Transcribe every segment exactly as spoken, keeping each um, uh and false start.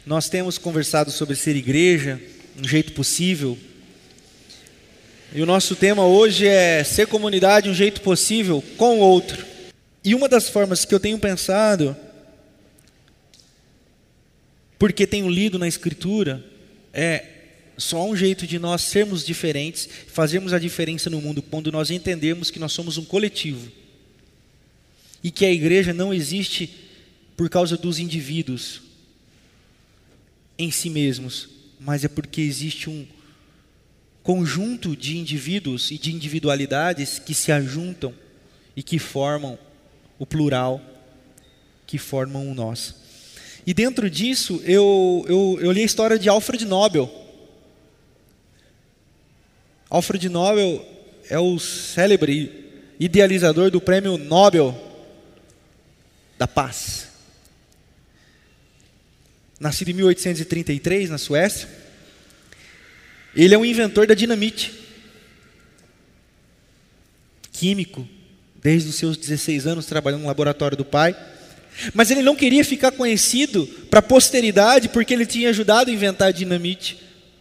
Nós temos conversado sobre ser igreja, um jeito possível. E o nosso tema hoje é ser comunidade, um jeito possível com o outro. E uma das formas que eu tenho pensado, porque tenho lido na Escritura, é só um jeito de nós sermos diferentes, fazermos a diferença no mundo, quando nós entendemos que nós somos um coletivo. E que a igreja não existe por causa dos indivíduos em si mesmos, mas é porque existe um conjunto de indivíduos e de individualidades que se ajuntam e que formam o plural, que formam o nós. E dentro disso, eu, eu, eu li a história de Alfred Nobel. Alfred Nobel é o célebre idealizador do Prêmio Nobel da Paz. Nascido em mil oitocentos e trinta e três, na Suécia. Ele é um inventor da dinamite. Químico, desde os seus dezesseis anos, trabalhando no laboratório do pai. Mas ele não queria ficar conhecido para a posteridade, porque ele tinha ajudado a inventar a dinamite.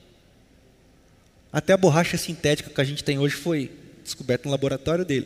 Até a borracha sintética que a gente tem hoje foi descoberta no laboratório dele.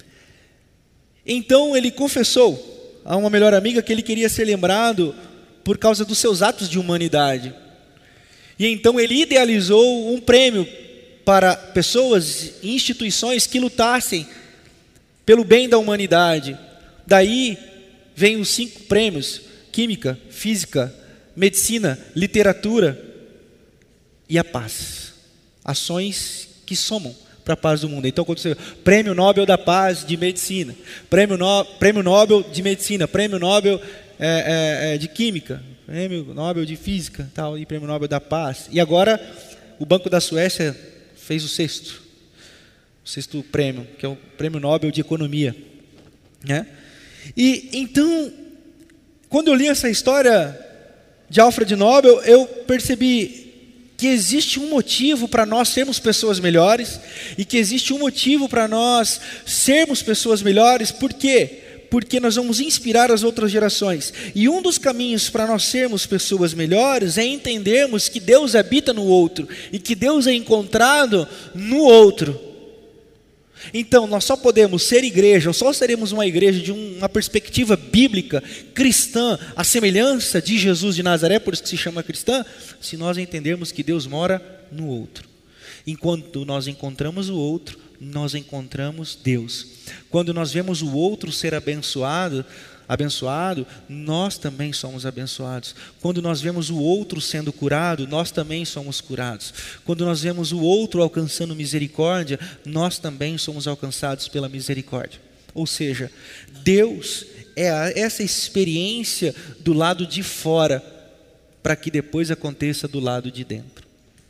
Então ele confessou a uma melhor amiga que ele queria ser lembrado por causa dos seus atos de humanidade. E então ele idealizou um prêmio para pessoas e instituições que lutassem pelo bem da humanidade. Daí vem os cinco prêmios: química, física, medicina, literatura e a paz. Ações que somam para a paz do mundo. Então, quando você Prêmio Nobel da Paz de Medicina, Prêmio, no, Prêmio Nobel de Medicina, Prêmio Nobel é, é, de Química, Prêmio Nobel de Física, tal, e Prêmio Nobel da Paz. E agora o Banco da Suécia fez o sexto, o sexto prêmio, que é o Prêmio Nobel de Economia, né? E então, quando eu li essa história de Alfred Nobel, eu percebi que existe um motivo para nós sermos pessoas melhores, e que existe um motivo para nós sermos pessoas melhores. Por quê? Porque nós vamos inspirar as outras gerações. E um dos caminhos para nós sermos pessoas melhores é entendermos que Deus habita no outro, e que Deus é encontrado no outro. Então, nós só podemos ser igreja, ou só seremos uma igreja de uma perspectiva bíblica, cristã, a semelhança de Jesus de Nazaré, por isso que se chama cristã, se nós entendermos que Deus mora no outro. Enquanto nós encontramos o outro, nós encontramos Deus. Quando nós vemos o outro ser abençoado, abençoado, nós também somos abençoados. Quando nós vemos o outro sendo curado, nós também somos curados. Quando nós vemos o outro alcançando misericórdia, nós também somos alcançados pela misericórdia. Ou seja, Deus é essa experiência do lado de fora, para que depois aconteça do lado de dentro.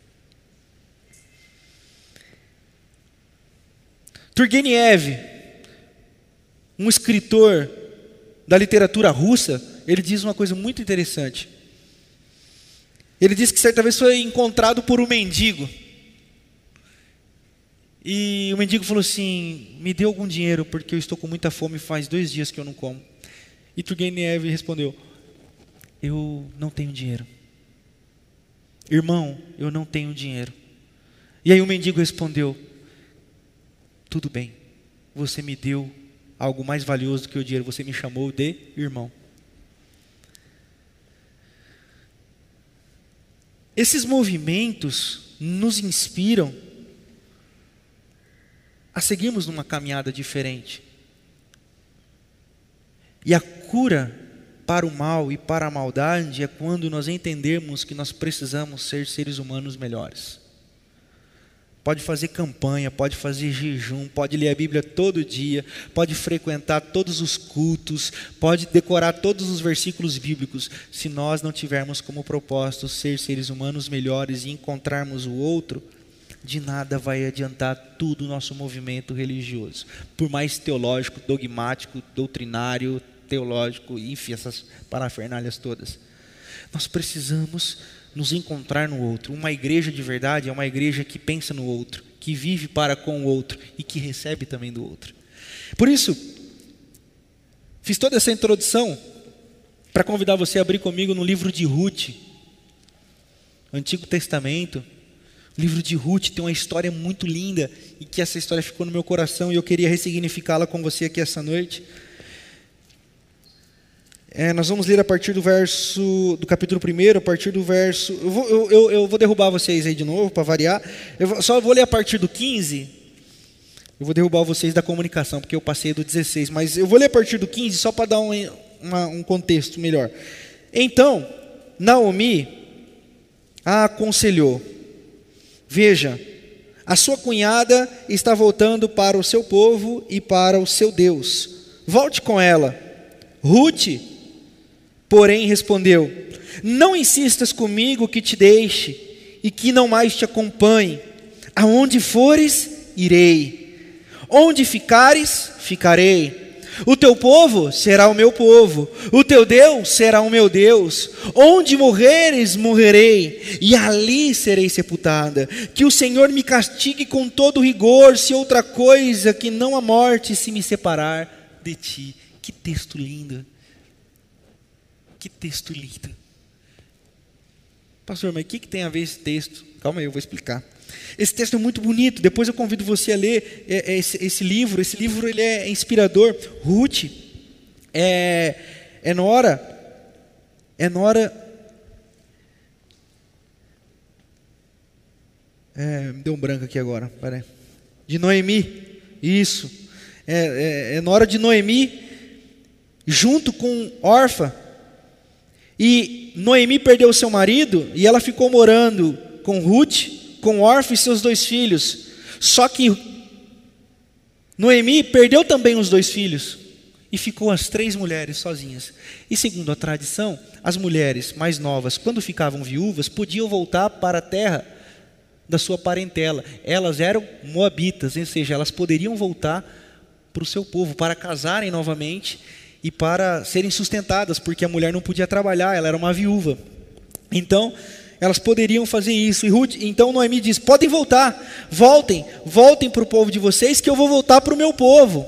Turgenev, um escritor da literatura russa, ele diz uma coisa muito interessante. Ele diz que certa vez foi encontrado por um mendigo. E o mendigo falou assim: me dê algum dinheiro, porque eu estou com muita fome, faz dois dias que eu não como. E Turgenev respondeu: eu não tenho dinheiro. Irmão, eu não tenho dinheiro. E aí o mendigo respondeu: tudo bem, você me deu algo mais valioso do que o dinheiro, você me chamou de irmão. Esses movimentos nos inspiram a seguirmos numa caminhada diferente. E a cura para o mal e para a maldade é quando nós entendermos que nós precisamos ser seres humanos melhores. Pode fazer campanha, pode fazer jejum, pode ler a Bíblia todo dia, pode frequentar todos os cultos, pode decorar todos os versículos bíblicos. Se nós não tivermos como propósito ser seres humanos melhores e encontrarmos o outro, de nada vai adiantar tudo o nosso movimento religioso. Por mais teológico, dogmático, doutrinário, teológico, enfim, essas parafernálias todas. Nós precisamos nos encontrar no outro. Uma igreja de verdade é uma igreja que pensa no outro, que vive para com o outro e que recebe também do outro. Por isso, fiz toda essa introdução para convidar você a abrir comigo no livro de Ruth, Antigo Testamento, o livro de Ruth tem uma história muito linda, e que essa história ficou no meu coração, e eu queria ressignificá-la com você aqui essa noite. É, nós vamos ler a partir do verso, do capítulo primeiro, a partir do verso, eu vou, eu, eu, eu vou derrubar vocês aí de novo, para variar, eu vou, só vou ler a partir do quinze, eu vou derrubar vocês da comunicação, porque eu passei do dezesseis, mas eu vou ler a partir do quinze, só para dar um, uma, um contexto melhor. Então, Naomi a aconselhou: veja, a sua cunhada está voltando para o seu povo e para o seu Deus, volte com ela. Ruth, porém, respondeu: não insistas comigo que te deixe e que não mais te acompanhe. Aonde fores, irei. Onde ficares, ficarei. O teu povo será o meu povo, o teu Deus será o meu Deus. Onde morreres, morrerei, e ali serei sepultada. Que o Senhor me castigue com todo rigor, se outra coisa que não a morte se me separar de ti. Que texto lindo. Que texto lindo. Pastor, mas o que, que tem a ver esse texto? Calma aí, eu vou explicar. Esse texto é muito bonito, depois eu convido você a ler é, é, esse, esse livro. Esse livro ele é inspirador. Ruth é, é nora, é nora, é, me deu um branco aqui agora, peraí. De Noemi, isso, é, é, é nora de Noemi, junto com Orfa. E Noemi perdeu seu marido, e ela ficou morando com Ruth, com Orfa e seus dois filhos. Só que Noemi perdeu também os dois filhos, e ficou as três mulheres sozinhas. E segundo a tradição, as mulheres mais novas, quando ficavam viúvas, podiam voltar para a terra da sua parentela. Elas eram moabitas, ou seja, elas poderiam voltar para o seu povo, para casarem novamente e para serem sustentadas, porque a mulher não podia trabalhar, ela era uma viúva. Então, elas poderiam fazer isso. E Ruth, então Noemi diz: podem voltar, voltem, voltem para o povo de vocês, que eu vou voltar para o meu povo.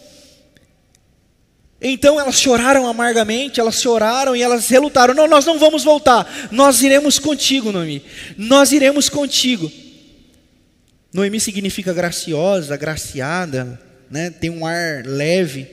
Então elas choraram amargamente, elas choraram e elas relutaram: não, nós não vamos voltar, nós iremos contigo, Noemi, nós iremos contigo. Noemi significa graciosa, agraciada, né? Tem um ar leve.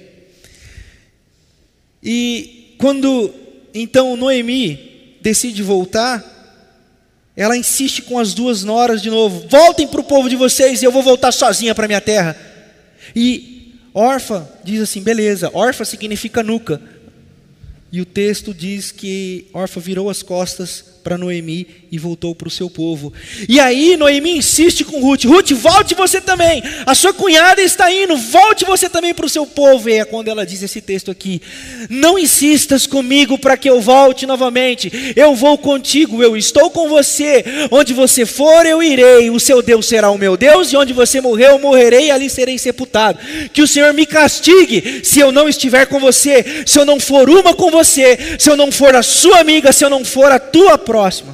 E quando então Noemi decide voltar, ela insiste com as duas noras de novo: voltem para o povo de vocês e eu vou voltar sozinha para a minha terra. E Orfa diz assim: beleza. Orfa significa nuca. E o texto diz que Orfa virou as costas para Noemi e voltou para o seu povo. E aí Noemi insiste com Ruth: Ruth, volte você também, a sua cunhada está indo, volte você também para o seu povo. E é quando ela diz esse texto aqui: não insistas comigo para que eu volte novamente, eu vou contigo, eu estou com você, onde você for eu irei, o seu Deus será o meu Deus, e onde você morrer eu morrerei, e ali serei sepultado. Que o Senhor me castigue se eu não estiver com você, se eu não for uma com você, se eu não for a sua amiga, se eu não for a tua próxima.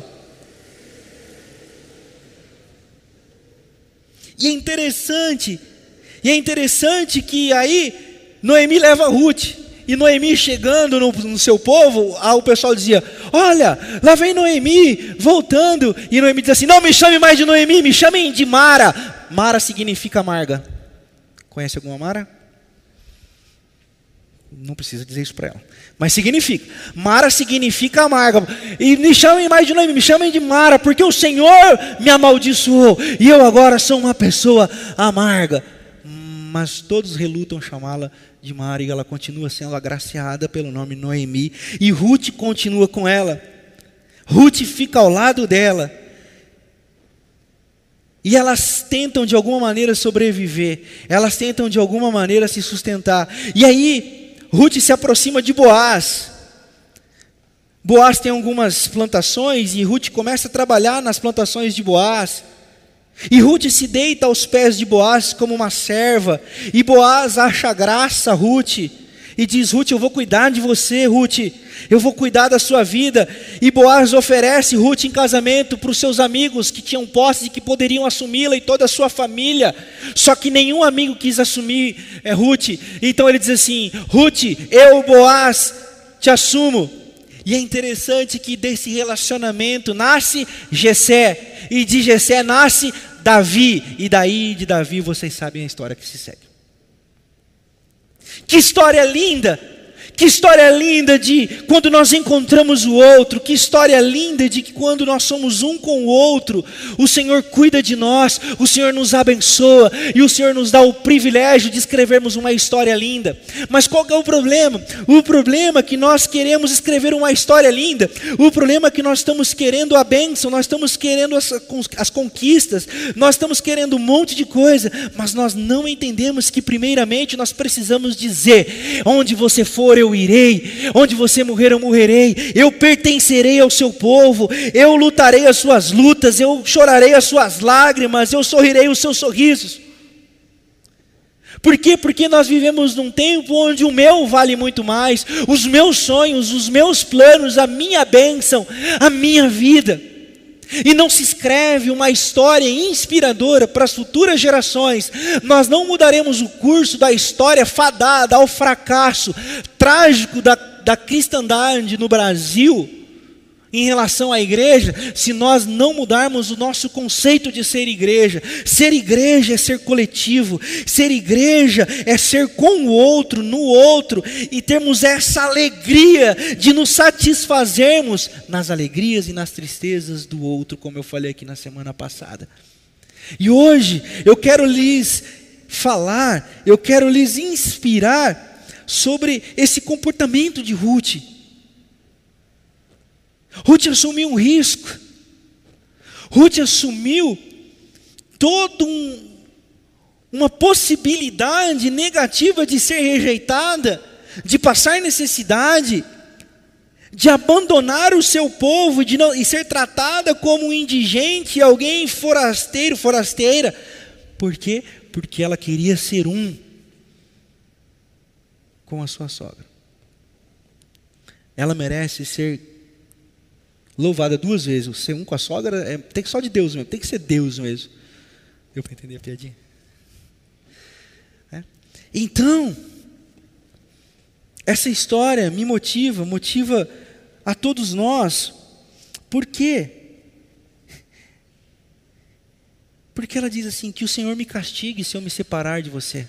E é interessante, e é interessante que aí Noemi leva Ruth, e Noemi chegando no, no seu povo, o pessoal dizia: olha, lá vem Noemi voltando, e Noemi diz assim: não me chame mais de Noemi, me chamem de Mara. Mara significa amarga. Conhece alguma Mara? Não precisa dizer isso para ela, mas significa, Mara significa amarga. E me chamem mais de Noemi, me chamem de Mara, porque o Senhor me amaldiçoou, e eu agora sou uma pessoa amarga. Mas todos relutam chamá-la de Mara, e ela continua sendo agraciada pelo nome Noemi, e Ruth continua com ela. Ruth fica ao lado dela, e elas tentam de alguma maneira sobreviver, elas tentam de alguma maneira se sustentar. E aí Ruth se aproxima de Boaz. Boaz tem algumas plantações, e Ruth começa a trabalhar nas plantações de Boaz. E Ruth se deita aos pés de Boaz como uma serva, e Boaz acha graça a Ruth, e diz: Ruth, eu vou cuidar de você, Ruth, eu vou cuidar da sua vida. E Boaz oferece Ruth em casamento para os seus amigos que tinham posses e que poderiam assumi-la, e toda a sua família. Só que nenhum amigo quis assumir é, Ruth. Então ele diz assim: Ruth, eu, Boaz, te assumo. E é interessante que desse relacionamento nasce Jessé, e de Jessé nasce Davi, e daí de Davi vocês sabem a história que se segue. Que história linda! Que história linda de quando nós encontramos o outro, que história linda de que quando nós somos um com o outro, o Senhor cuida de nós, o Senhor nos abençoa, e o Senhor nos dá o privilégio de escrevermos uma história linda. Mas qual que é o problema? O problema é que nós queremos escrever uma história linda, o problema é que nós estamos querendo a bênção, nós estamos querendo as, as conquistas, nós estamos querendo um monte de coisa, mas nós não entendemos que primeiramente nós precisamos dizer: onde você for eu eu irei, onde você morrer eu morrerei, eu pertencerei ao seu povo, eu lutarei as suas lutas, eu chorarei as suas lágrimas, eu sorrirei os seus sorrisos. Por quê? Porque nós vivemos num tempo onde o meu vale muito mais, os meus sonhos, os meus planos, a minha bênção, a minha vida. E não se escreve uma história inspiradora para as futuras gerações, nós não mudaremos o curso da história fadada ao fracasso trágico da, da cristandade no Brasil em relação à igreja, se nós não mudarmos o nosso conceito de ser igreja. Ser igreja é ser coletivo, ser igreja é ser com o outro, no outro, e termos essa alegria de nos satisfazermos nas alegrias e nas tristezas do outro, como eu falei aqui na semana passada. E hoje eu quero lhes falar, eu quero lhes inspirar sobre esse comportamento de Ruth. Ruth assumiu um risco, Ruth assumiu toda um, uma possibilidade negativa de ser rejeitada, de passar necessidade, de abandonar o seu povo de não, e ser tratada como um indigente, alguém forasteiro, forasteira. Por quê? Porque ela queria ser um com a sua sogra. Ela merece ser louvada duas vezes. Ser um com a sogra é, tem que só de Deus mesmo, tem que ser Deus mesmo. Deu para entender a piadinha? É. Então, essa história me motiva, motiva a todos nós. Por quê? Porque ela diz assim: que o Senhor me castigue se eu me separar de você.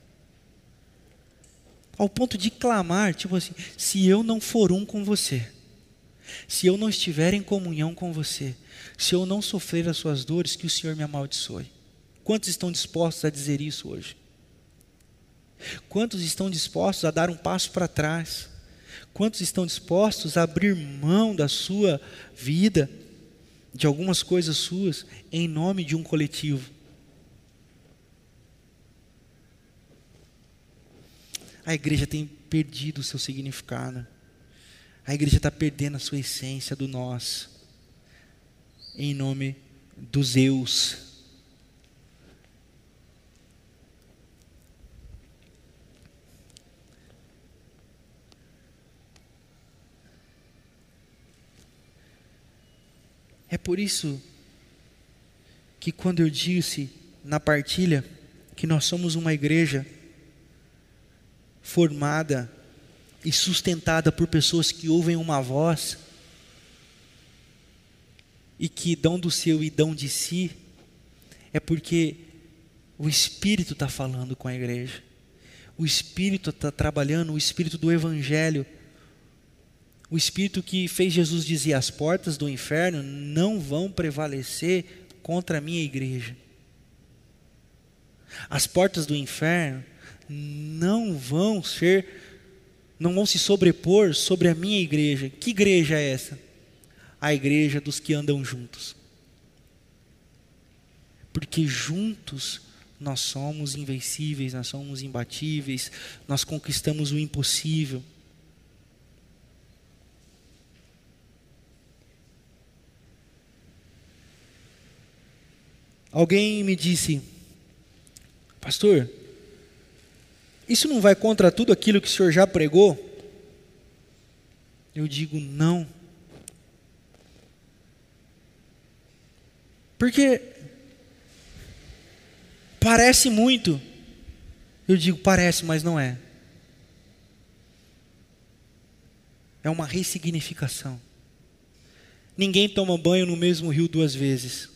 Ao ponto de clamar, tipo assim: se eu não for um com você, se eu não estiver em comunhão com você, se eu não sofrer as suas dores, que o Senhor me amaldiçoe. Quantos estão dispostos a dizer isso hoje? Quantos estão dispostos a dar um passo para trás? Quantos estão dispostos a abrir mão da sua vida, de algumas coisas suas, em nome de um coletivo? A igreja tem perdido o seu significado. A igreja está perdendo a sua essência do nós, em nome dos eus. É por isso que quando eu disse na partilha que nós somos uma igreja formada e sustentada por pessoas que ouvem uma voz e que dão do seu e dão de si, é porque o Espírito está falando com a igreja, o Espírito está trabalhando, o Espírito do Evangelho, o Espírito que fez Jesus dizer: as portas do inferno não vão prevalecer contra a minha igreja. As portas do inferno não vão ser não vão se sobrepor sobre a minha igreja. Que igreja é essa? A igreja dos que andam juntos. Porque juntos nós somos invencíveis, nós somos imbatíveis, nós conquistamos o impossível. Alguém me disse: pastor, isso não vai contra tudo aquilo que o senhor já pregou? Eu digo: não. Porque parece muito. Eu digo: parece, mas não é. é uma ressignificação. Ninguém toma banho no mesmo rio duas vezes.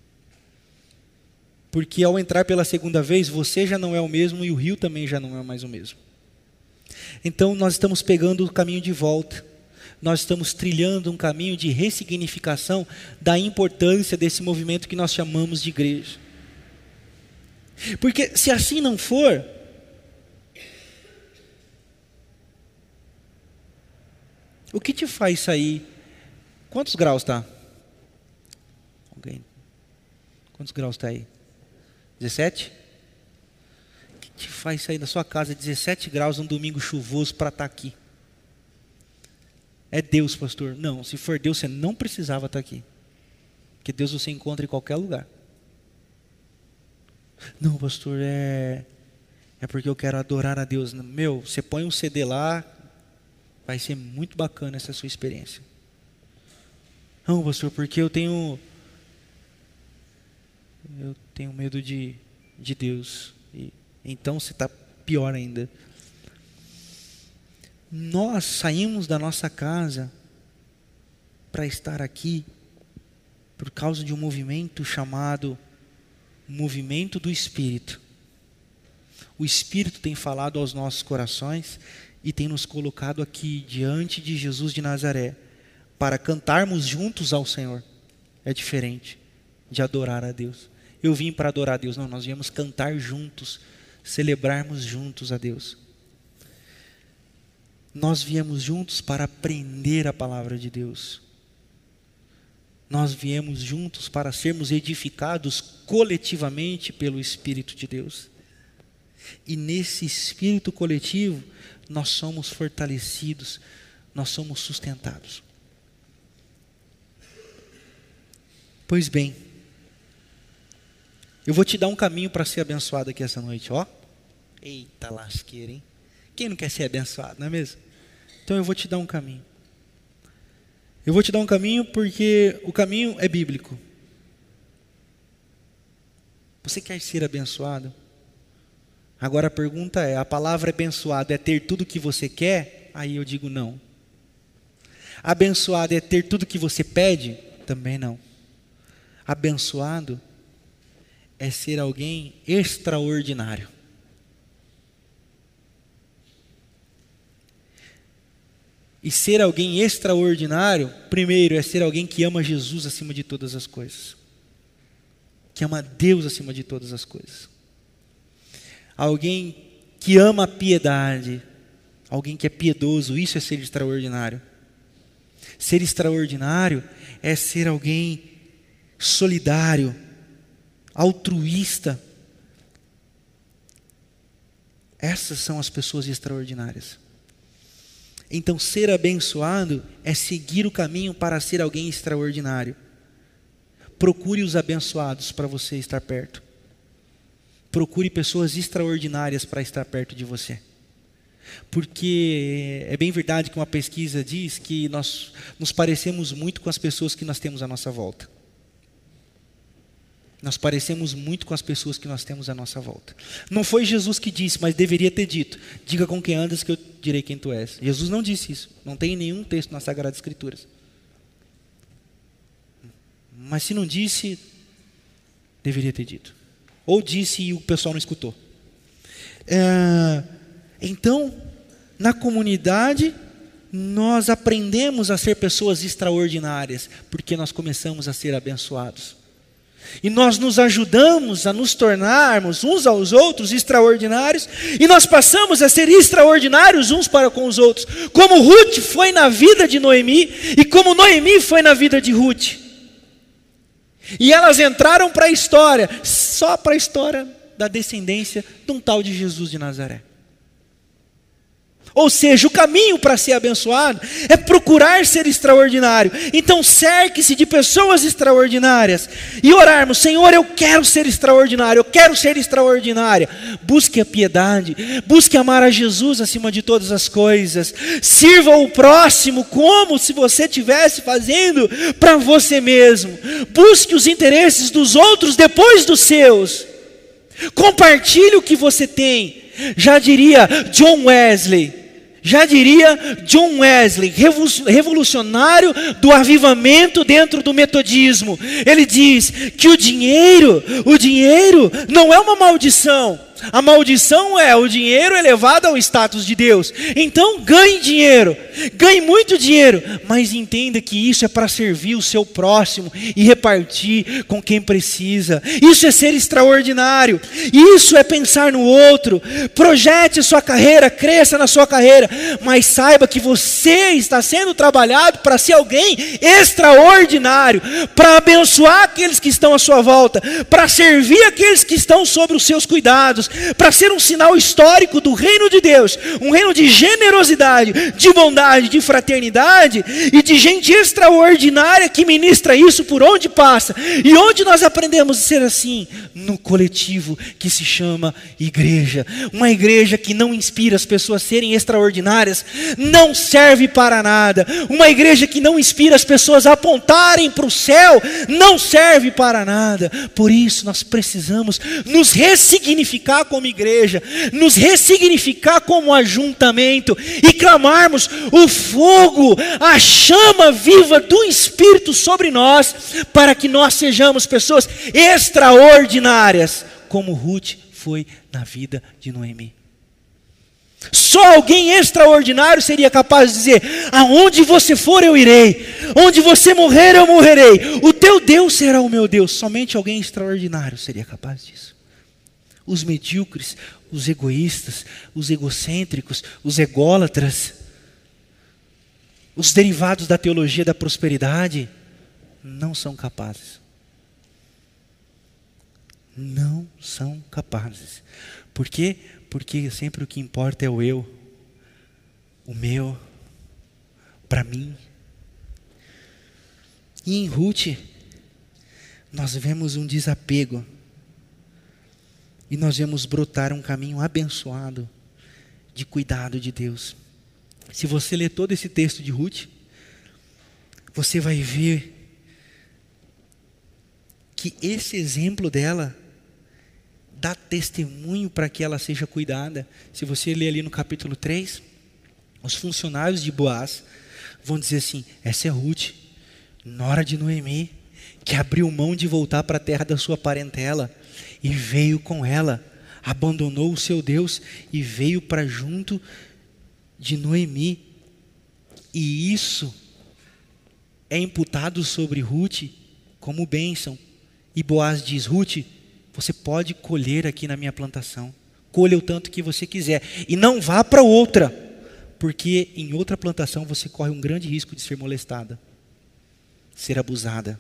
Porque ao entrar pela segunda vez, você já não é o mesmo e o rio também já não é mais o mesmo. Então nós estamos pegando o caminho de volta. Nós estamos trilhando um caminho de ressignificação da importância desse movimento que nós chamamos de igreja. Porque se assim não for, o que te faz sair? Quantos graus está? Alguém? Quantos graus está aí? dezessete? O que te faz sair da sua casa dezessete graus num domingo chuvoso para estar aqui? É Deus, pastor. Não, se for Deus, você não precisava estar aqui. Porque Deus você encontra em qualquer lugar. Não, pastor, é, é porque eu quero adorar a Deus. Meu, você põe um C D lá, vai ser muito bacana essa sua experiência. Não, pastor, porque eu tenho... Eu tenho medo de, de Deus. E, então você está pior ainda. Nós saímos da nossa casa para estar aqui por causa de um movimento chamado movimento do Espírito. O Espírito tem falado aos nossos corações e tem nos colocado aqui diante de Jesus de Nazaré para cantarmos juntos ao Senhor. É diferente de adorar a Deus. Eu vim para adorar a Deus. Não, nós viemos cantar juntos, celebrarmos juntos a Deus. Nós viemos juntos para aprender a palavra de Deus. Nós viemos juntos para sermos edificados coletivamente pelo Espírito de Deus. E nesse espírito coletivo, nós somos fortalecidos, nós somos sustentados. Pois bem, eu vou te dar um caminho para ser abençoado aqui essa noite, ó. Eita lasqueira, hein? Quem não quer ser abençoado, não é mesmo? Então eu vou te dar um caminho. Eu vou te dar um caminho porque o caminho é bíblico. Você quer ser abençoado? Agora a pergunta é, a palavra abençoado é ter tudo o que você quer? Aí eu digo não. Abençoado é ter tudo o que você pede? Também não. Abençoado é ser alguém extraordinário. E ser alguém extraordinário, primeiro, é ser alguém que ama Jesus acima de todas as coisas. Que ama Deus acima de todas as coisas. Alguém que ama a piedade. Alguém que é piedoso, isso é ser extraordinário. Ser extraordinário é ser alguém solidário, altruísta. Essas são as pessoas extraordinárias. Então, ser abençoado é seguir o caminho para ser alguém extraordinário. Procure os abençoados para você estar perto. Procure pessoas extraordinárias para estar perto de você. Porque é bem verdade que uma pesquisa diz que nós nos parecemos muito com as pessoas que nós temos à nossa volta. Nós parecemos muito com as pessoas que nós temos à nossa volta. Não foi Jesus que disse, mas deveria ter dito. Diga com quem andas que eu direi quem tu és. Jesus não disse isso. Não tem nenhum texto nas Sagradas Escrituras. Mas se não disse, deveria ter dito. Ou disse e o pessoal não escutou. É, então, na comunidade, nós aprendemos a ser pessoas extraordinárias, porque nós começamos a ser abençoados. E nós nos ajudamos a nos tornarmos uns aos outros extraordinários, e nós passamos a ser extraordinários uns para com os outros, como Ruth foi na vida de Noemi, e como Noemi foi na vida de Ruth. E elas entraram para a história, só para a história da descendência de um tal de Jesus de Nazaré. Ou seja, o caminho para ser abençoado é procurar ser extraordinário. Então cerque-se de pessoas extraordinárias e orarmos: Senhor, eu quero ser extraordinário, eu quero ser extraordinária. Busque a piedade, busque amar a Jesus acima de todas as coisas. Sirva o próximo como se você estivesse fazendo para você mesmo. Busque os interesses dos outros depois dos seus. Compartilhe o que você tem. Já diria John Wesley: Já diria John Wesley, revolucionário do avivamento dentro do metodismo. Ele diz que o dinheiro, o dinheiro não é uma maldição. A maldição é o dinheiro elevado ao status de Deus. Então ganhe dinheiro, ganhe muito dinheiro, mas entenda que isso é para servir o seu próximo e repartir com quem precisa. Isso é ser extraordinário, isso é pensar no outro. Projete sua carreira, cresça na sua carreira, mas saiba que você está sendo trabalhado para ser alguém extraordinário, para abençoar aqueles que estão à sua volta, para servir aqueles que estão sob os seus cuidados, para ser um sinal histórico do reino de Deus, um reino de generosidade, de bondade, de fraternidade e de gente extraordinária que ministra isso por onde passa. E onde nós aprendemos a ser assim? No coletivo que se chama igreja. Uma igreja que não inspira as pessoas a serem extraordinárias não serve para nada. Uma igreja que não inspira as pessoas a apontarem para o céu não serve para nada. Por isso nós precisamos nos ressignificar como igreja, nos ressignificar como ajuntamento e clamarmos o fogo, a chama viva do Espírito sobre nós, para que nós sejamos pessoas extraordinárias, como Ruth foi na vida de Noemi. Só alguém extraordinário seria capaz de dizer: aonde você for eu irei, onde você morrer eu morrerei, o teu Deus será o meu Deus. Somente alguém extraordinário seria capaz disso. Os medíocres, os egoístas, os egocêntricos, os ególatras, os derivados da teologia da prosperidade, não são capazes. Não são capazes. Por quê? Porque sempre o que importa é o eu, o meu, para mim. E em Ruth, nós vemos um desapego. E nós vemos brotar um caminho abençoado de cuidado de Deus. Se você ler todo esse texto de Ruth, você vai ver que esse exemplo dela dá testemunho para que ela seja cuidada. Se você ler ali no capítulo três, os funcionários de Boaz vão dizer assim: essa é Ruth, nora de Noemi, que abriu mão de voltar para a terra da sua parentela e veio com ela, abandonou o seu Deus e veio para junto de Noemi. E isso é imputado sobre Ruth como bênção. E Boaz diz: Ruth, você pode colher aqui na minha plantação, colha o tanto que você quiser, e não vá para outra, porque em outra plantação você corre um grande risco de ser molestada, ser abusada.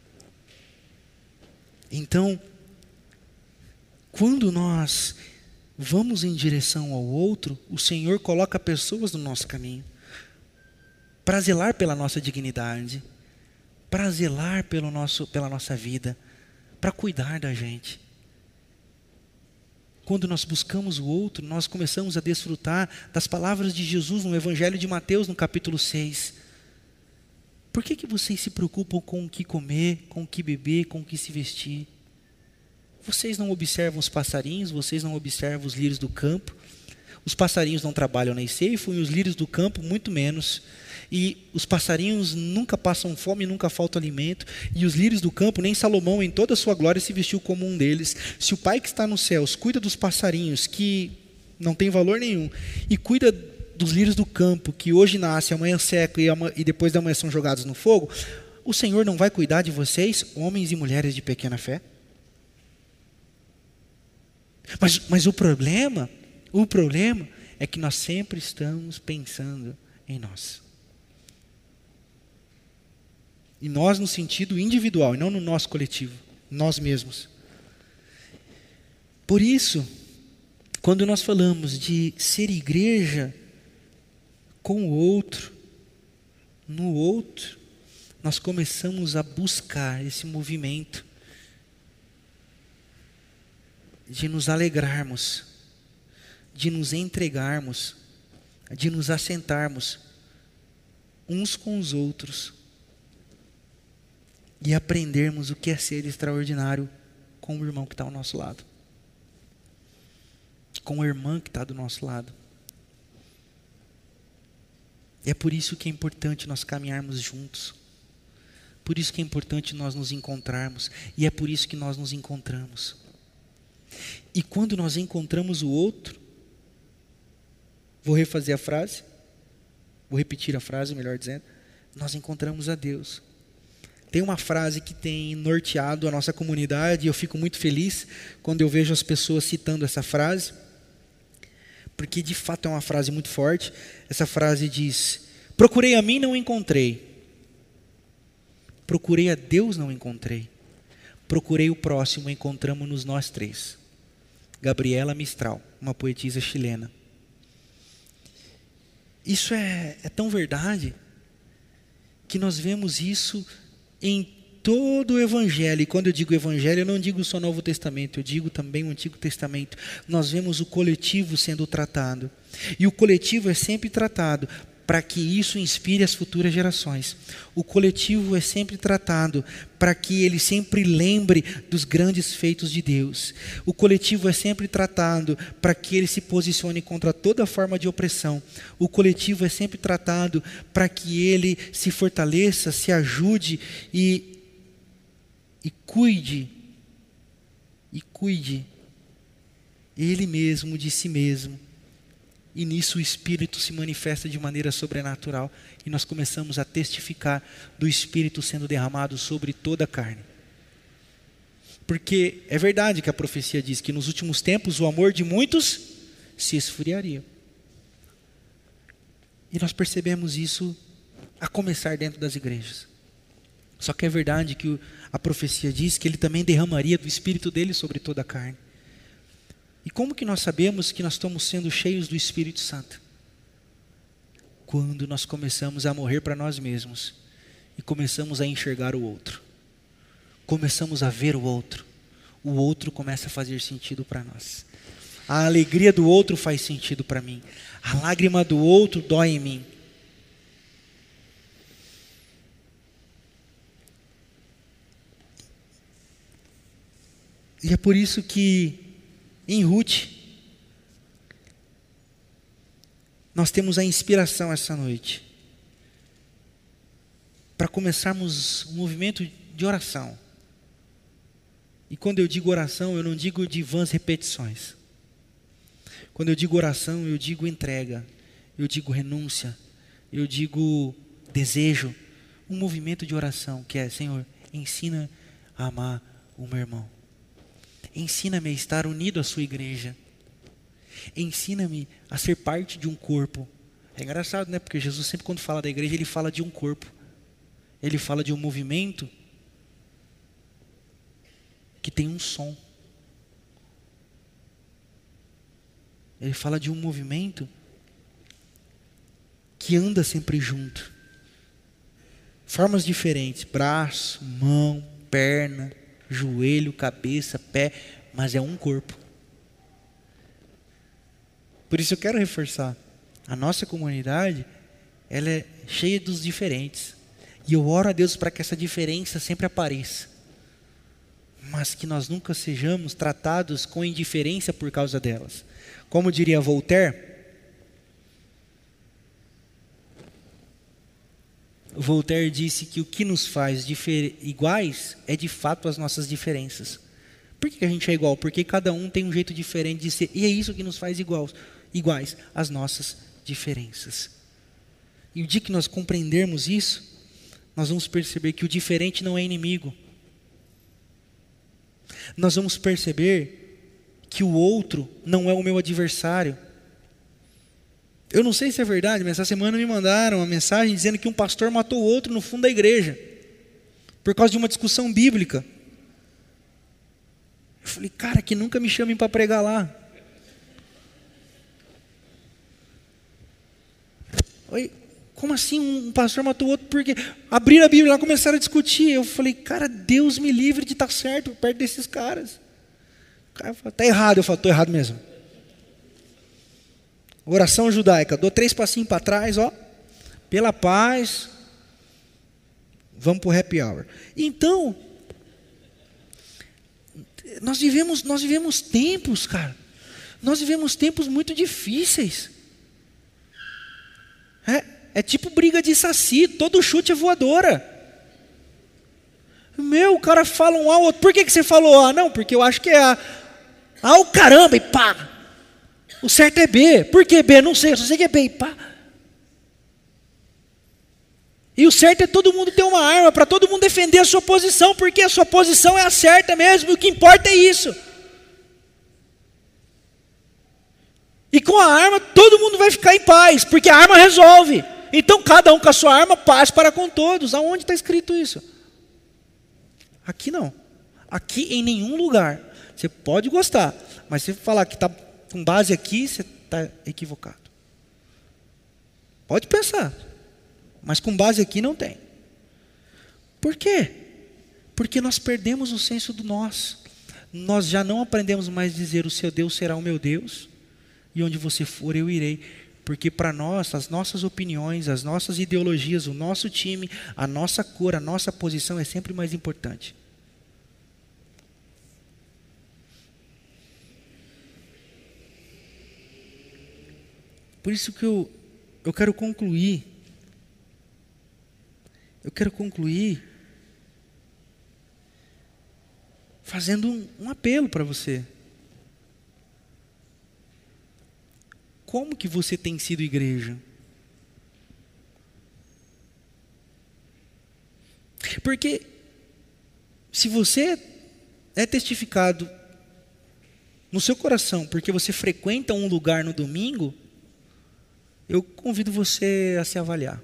Então, quando nós vamos em direção ao outro, o Senhor coloca pessoas no nosso caminho, para zelar pela nossa dignidade, para zelar pelo nosso, pela nossa vida, para cuidar da gente. Quando nós buscamos o outro, nós começamos a desfrutar das palavras de Jesus no Evangelho de Mateus, no capítulo seis. Por que que vocês se preocupam com o que comer, com o que beber, com o que se vestir? Vocês não observam os passarinhos, vocês não observam os lírios do campo. Os passarinhos não trabalham nem ceifam, e os lírios do campo muito menos. E os passarinhos nunca passam fome, nunca falta alimento. E os lírios do campo, nem Salomão em toda a sua glória se vestiu como um deles. Se o Pai que está nos céus cuida dos passarinhos, que não tem valor nenhum, e cuida dos lírios do campo, que hoje nascem, amanhã secam e depois da manhã são jogados no fogo, o Senhor não vai cuidar de vocês, homens e mulheres de pequena fé? Mas, mas o problema, o problema é que nós sempre estamos pensando em nós. E nós no sentido individual, e não no nosso coletivo, nós mesmos. Por isso, quando nós falamos de ser igreja com o outro, no outro, nós começamos a buscar esse movimento de nos alegrarmos, de nos entregarmos, de nos assentarmos uns com os outros e aprendermos o que é ser extraordinário com o irmão que está ao nosso lado, com a irmã que está do nosso lado. É por isso que é importante nós caminharmos juntos. Por isso que é importante nós nos encontrarmos. E é por isso que nós nos encontramos. E quando nós encontramos o outro, vou refazer a frase, vou repetir a frase, melhor dizendo, nós encontramos a Deus. Tem uma frase que tem norteado a nossa comunidade, e eu fico muito feliz quando eu vejo as pessoas citando essa frase, porque de fato é uma frase muito forte. Essa frase diz: procurei a mim, não encontrei. Procurei a Deus, não encontrei. Procurei o próximo, encontramos-nos nós três. Gabriela Mistral, uma poetisa chilena. Isso é, é tão verdade, que nós vemos isso em todo o Evangelho. E quando eu digo Evangelho, eu não digo só Novo Testamento, eu digo também o Antigo Testamento. Nós vemos o coletivo sendo tratado. E o coletivo é sempre tratado para que isso inspire as futuras gerações. O coletivo é sempre tratado para que ele sempre lembre dos grandes feitos de Deus. O coletivo é sempre tratado para que ele se posicione contra toda forma de opressão. O coletivo é sempre tratado para que ele se fortaleça, se ajude e, e cuide, e cuide ele mesmo de si mesmo. E nisso o Espírito se manifesta de maneira sobrenatural. E nós começamos a testificar do Espírito sendo derramado sobre toda a carne. Porque é verdade que a profecia diz que nos últimos tempos o amor de muitos se esfriaria. E nós percebemos isso a começar dentro das igrejas. Só que é verdade que a profecia diz que ele também derramaria do Espírito dele sobre toda a carne. E como que nós sabemos que nós estamos sendo cheios do Espírito Santo? Quando nós começamos a morrer para nós mesmos e começamos a enxergar o outro. Começamos a ver o outro. O outro começa a fazer sentido para nós. A alegria do outro faz sentido para mim. A lágrima do outro dói em mim. E é por isso que em Ruth, nós temos a inspiração essa noite para começarmos um movimento de oração. E quando eu digo oração, eu não digo de vãs repetições. Quando eu digo oração, eu digo entrega, eu digo renúncia, eu digo desejo. Um movimento de oração que é: Senhor, ensina a amar o meu irmão. Ensina-me a estar unido à sua igreja. Ensina-me a ser parte de um corpo. É engraçado, né? Porque Jesus sempre, quando fala da igreja, ele fala de um corpo. Ele fala de um movimento que tem um som. Ele fala de um movimento que anda sempre junto. Formas diferentes: braço, mão, perna, joelho, cabeça, pé, mas é um corpo. Por isso eu quero reforçar, a nossa comunidade, ela é cheia dos diferentes, e eu oro a Deus para que essa diferença sempre apareça, mas que nós nunca sejamos tratados com indiferença por causa delas. Como diria Voltaire, Voltaire disse que o que nos faz iguais é de fato as nossas diferenças. Por que a gente é igual? Porque cada um tem um jeito diferente de ser. E é isso que nos faz iguais, iguais as nossas diferenças. E o dia que nós compreendermos isso, nós vamos perceber que o diferente não é inimigo. Nós vamos perceber que o outro não é o meu adversário. Eu não sei se é verdade, mas essa semana me mandaram uma mensagem dizendo que um pastor matou o outro no fundo da igreja, por causa de uma discussão bíblica. Eu falei: cara, que nunca me chamem para pregar lá. Oi, como assim um pastor matou o outro? Porque abriram a Bíblia lá e começaram a discutir. Eu falei: cara, Deus me livre de estar certo perto desses caras. O cara falou: está errado. Eu falo: estou errado mesmo. Oração judaica, dou três passinhos para trás, ó, pela paz, vamos para o happy hour. Então, nós vivemos, nós vivemos tempos, cara, nós vivemos tempos muito difíceis. É, É tipo briga de saci, todo chute é voadora. Meu, o cara fala um A, o outro, por que, que você falou A? Não, porque eu acho que é A. Ah, o caramba, e pá. O certo é B. Por que B? Não sei, eu só sei que é B, e pá. E o certo é todo mundo ter uma arma, para todo mundo defender a sua posição, porque a sua posição é a certa mesmo, e o que importa é isso. E com a arma, todo mundo vai ficar em paz, porque a arma resolve. Então, cada um com a sua arma, paz para com todos. Aonde está escrito isso? Aqui não. Aqui em nenhum lugar. Você pode gostar, mas se falar que está com base aqui, você está equivocado. Pode pensar, mas com base aqui não tem. Por quê? Porque nós perdemos o senso do nós. Nós já não aprendemos mais dizer: o seu Deus será o meu Deus, e onde você for eu irei. Porque para nós, as nossas opiniões, as nossas ideologias, o nosso time, a nossa cor, a nossa posição é sempre mais importante. Por isso que eu, eu quero concluir, eu quero concluir fazendo um, um apelo para você. Como que você tem sido igreja? Porque se você é testificado no seu coração porque você frequenta um lugar no domingo, eu convido você a se avaliar.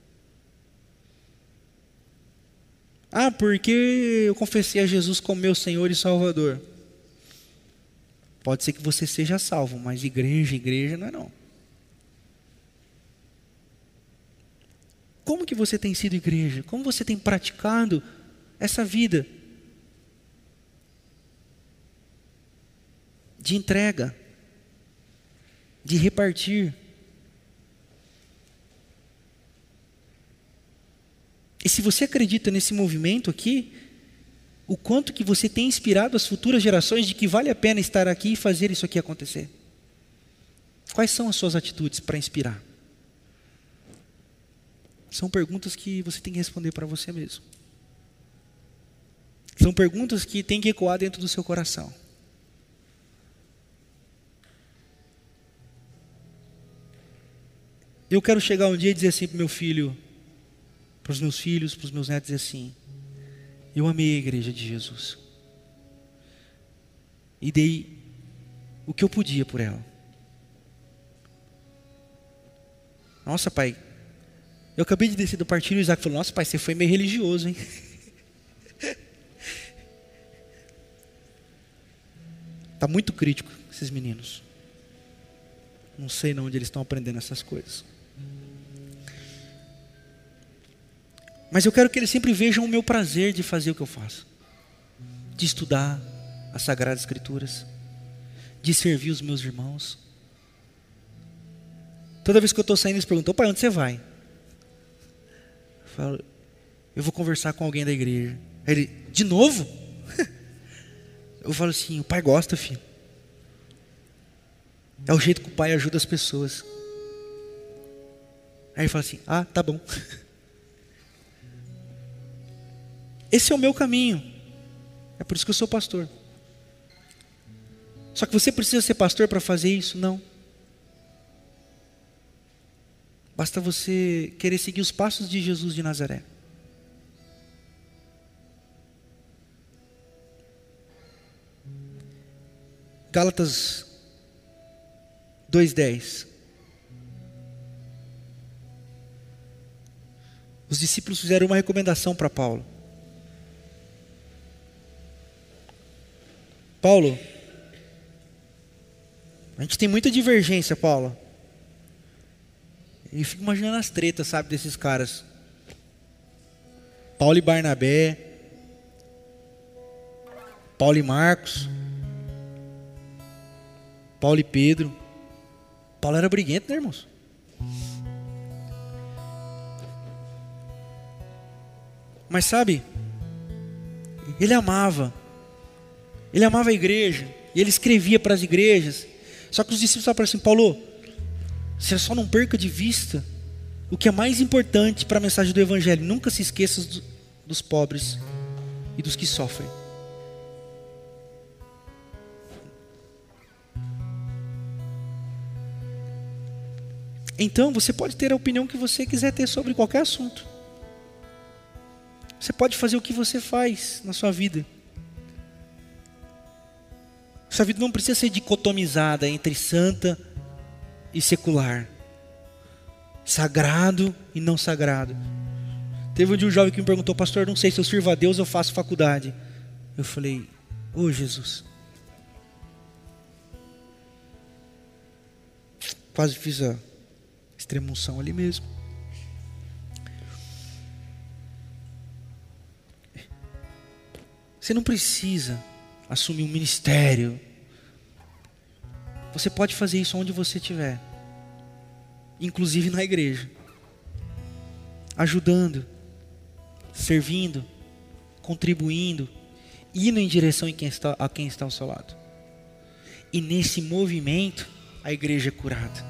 Ah, porque eu confessei a Jesus como meu Senhor e Salvador. Pode ser que você seja salvo, mas igreja, igreja não é não. Como que você tem sido igreja? Como você tem praticado essa vida de entrega, de repartir? E se você acredita nesse movimento aqui, o quanto que você tem inspirado as futuras gerações de que vale a pena estar aqui e fazer isso aqui acontecer? Quais são as suas atitudes para inspirar? São perguntas que você tem que responder para você mesmo. São perguntas que tem que ecoar dentro do seu coração. Eu quero chegar um dia e dizer assim para o meu filho, para os meus filhos, para os meus netos, dizer assim: eu amei a igreja de Jesus. E dei o que eu podia por ela. Nossa, pai, eu acabei de descer do partido e o Isaac falou: nossa, pai, você foi meio religioso, hein? Está muito crítico esses meninos. Não sei não onde eles estão aprendendo essas coisas. Mas eu quero que eles sempre vejam o meu prazer de fazer o que eu faço. De estudar as Sagradas Escrituras. De servir os meus irmãos. Toda vez que eu estou saindo, eles perguntam: pai, onde você vai? Eu falo: eu vou conversar com alguém da igreja. Aí ele: de novo? Eu falo assim: o pai gosta, filho. É o jeito que o pai ajuda as pessoas. Aí ele fala assim: ah, tá bom. Esse é o meu caminho. É por isso que eu sou pastor. Só que você precisa ser pastor para fazer isso? Não. Basta você querer seguir os passos de Jesus de Nazaré. Gálatas dois, dez. Os discípulos fizeram uma recomendação para Paulo. Paulo, a gente tem muita divergência, Paulo. E fico imaginando as tretas, sabe, desses caras. Paulo e Barnabé, Paulo e Marcos, Paulo e Pedro. Paulo era briguento, né, irmãos? Mas sabe, ele amava. Ele amava a igreja. E ele escrevia para as igrejas. Só que os discípulos falaram assim: Paulo, você só não perca de vista o que é mais importante para a mensagem do Evangelho: nunca se esqueça do, dos pobres e dos que sofrem. Então, você pode ter a opinião que você quiser ter sobre qualquer assunto. Você pode fazer o que você faz na sua vida. Sua vida não precisa ser dicotomizada entre santa e secular, sagrado e não sagrado. Teve um dia um jovem que me perguntou: pastor, não sei se eu sirvo a Deus ou faço faculdade. Eu falei: ô Jesus, quase fiz a extremunção ali mesmo. Você não precisa assumir um ministério. Você pode fazer isso onde você estiver, inclusive na igreja, ajudando, servindo, contribuindo, indo em direção a quem está, a quem está ao seu lado. E nesse movimento a igreja é curada.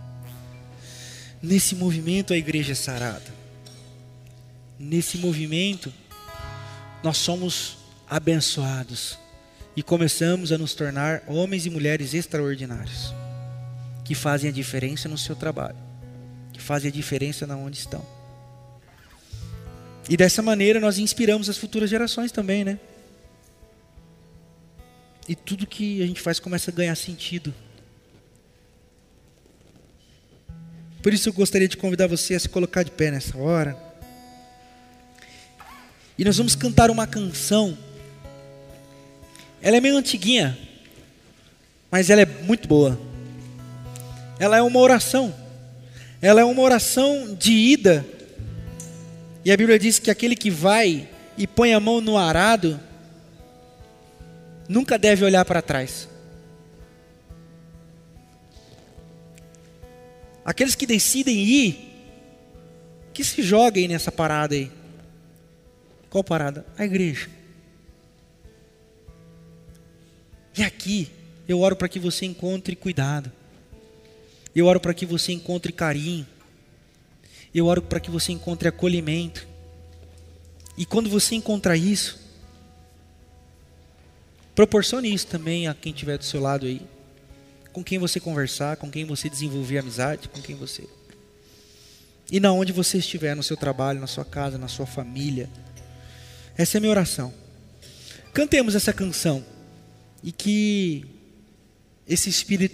Nesse movimento a igreja é sarada. Nesse movimento nós somos abençoados e começamos a nos tornar homens e mulheres extraordinários, que fazem a diferença no seu trabalho, que fazem a diferença na onde estão. E dessa maneira nós inspiramos as futuras gerações também, né? E tudo que a gente faz começa a ganhar sentido. Por isso eu gostaria de convidar você a se colocar de pé nessa hora. E nós vamos cantar uma canção. Ela é meio antiguinha, mas ela é muito boa. Ela é uma oração. Ela é uma oração de ida. E a Bíblia diz que aquele que vai e põe a mão no arado nunca deve olhar para trás. Aqueles que decidem ir, que se joguem nessa parada aí. Qual parada? A igreja. E aqui, eu oro para que você encontre cuidado. Eu oro para que você encontre carinho. Eu oro para que você encontre acolhimento. E quando você encontrar isso, proporcione isso também a quem estiver do seu lado aí. Com quem você conversar, com quem você desenvolver amizade, com quem você... E na onde você estiver, no seu trabalho, na sua casa, na sua família. Essa é a minha oração. Cantemos essa canção. E que esse Espírito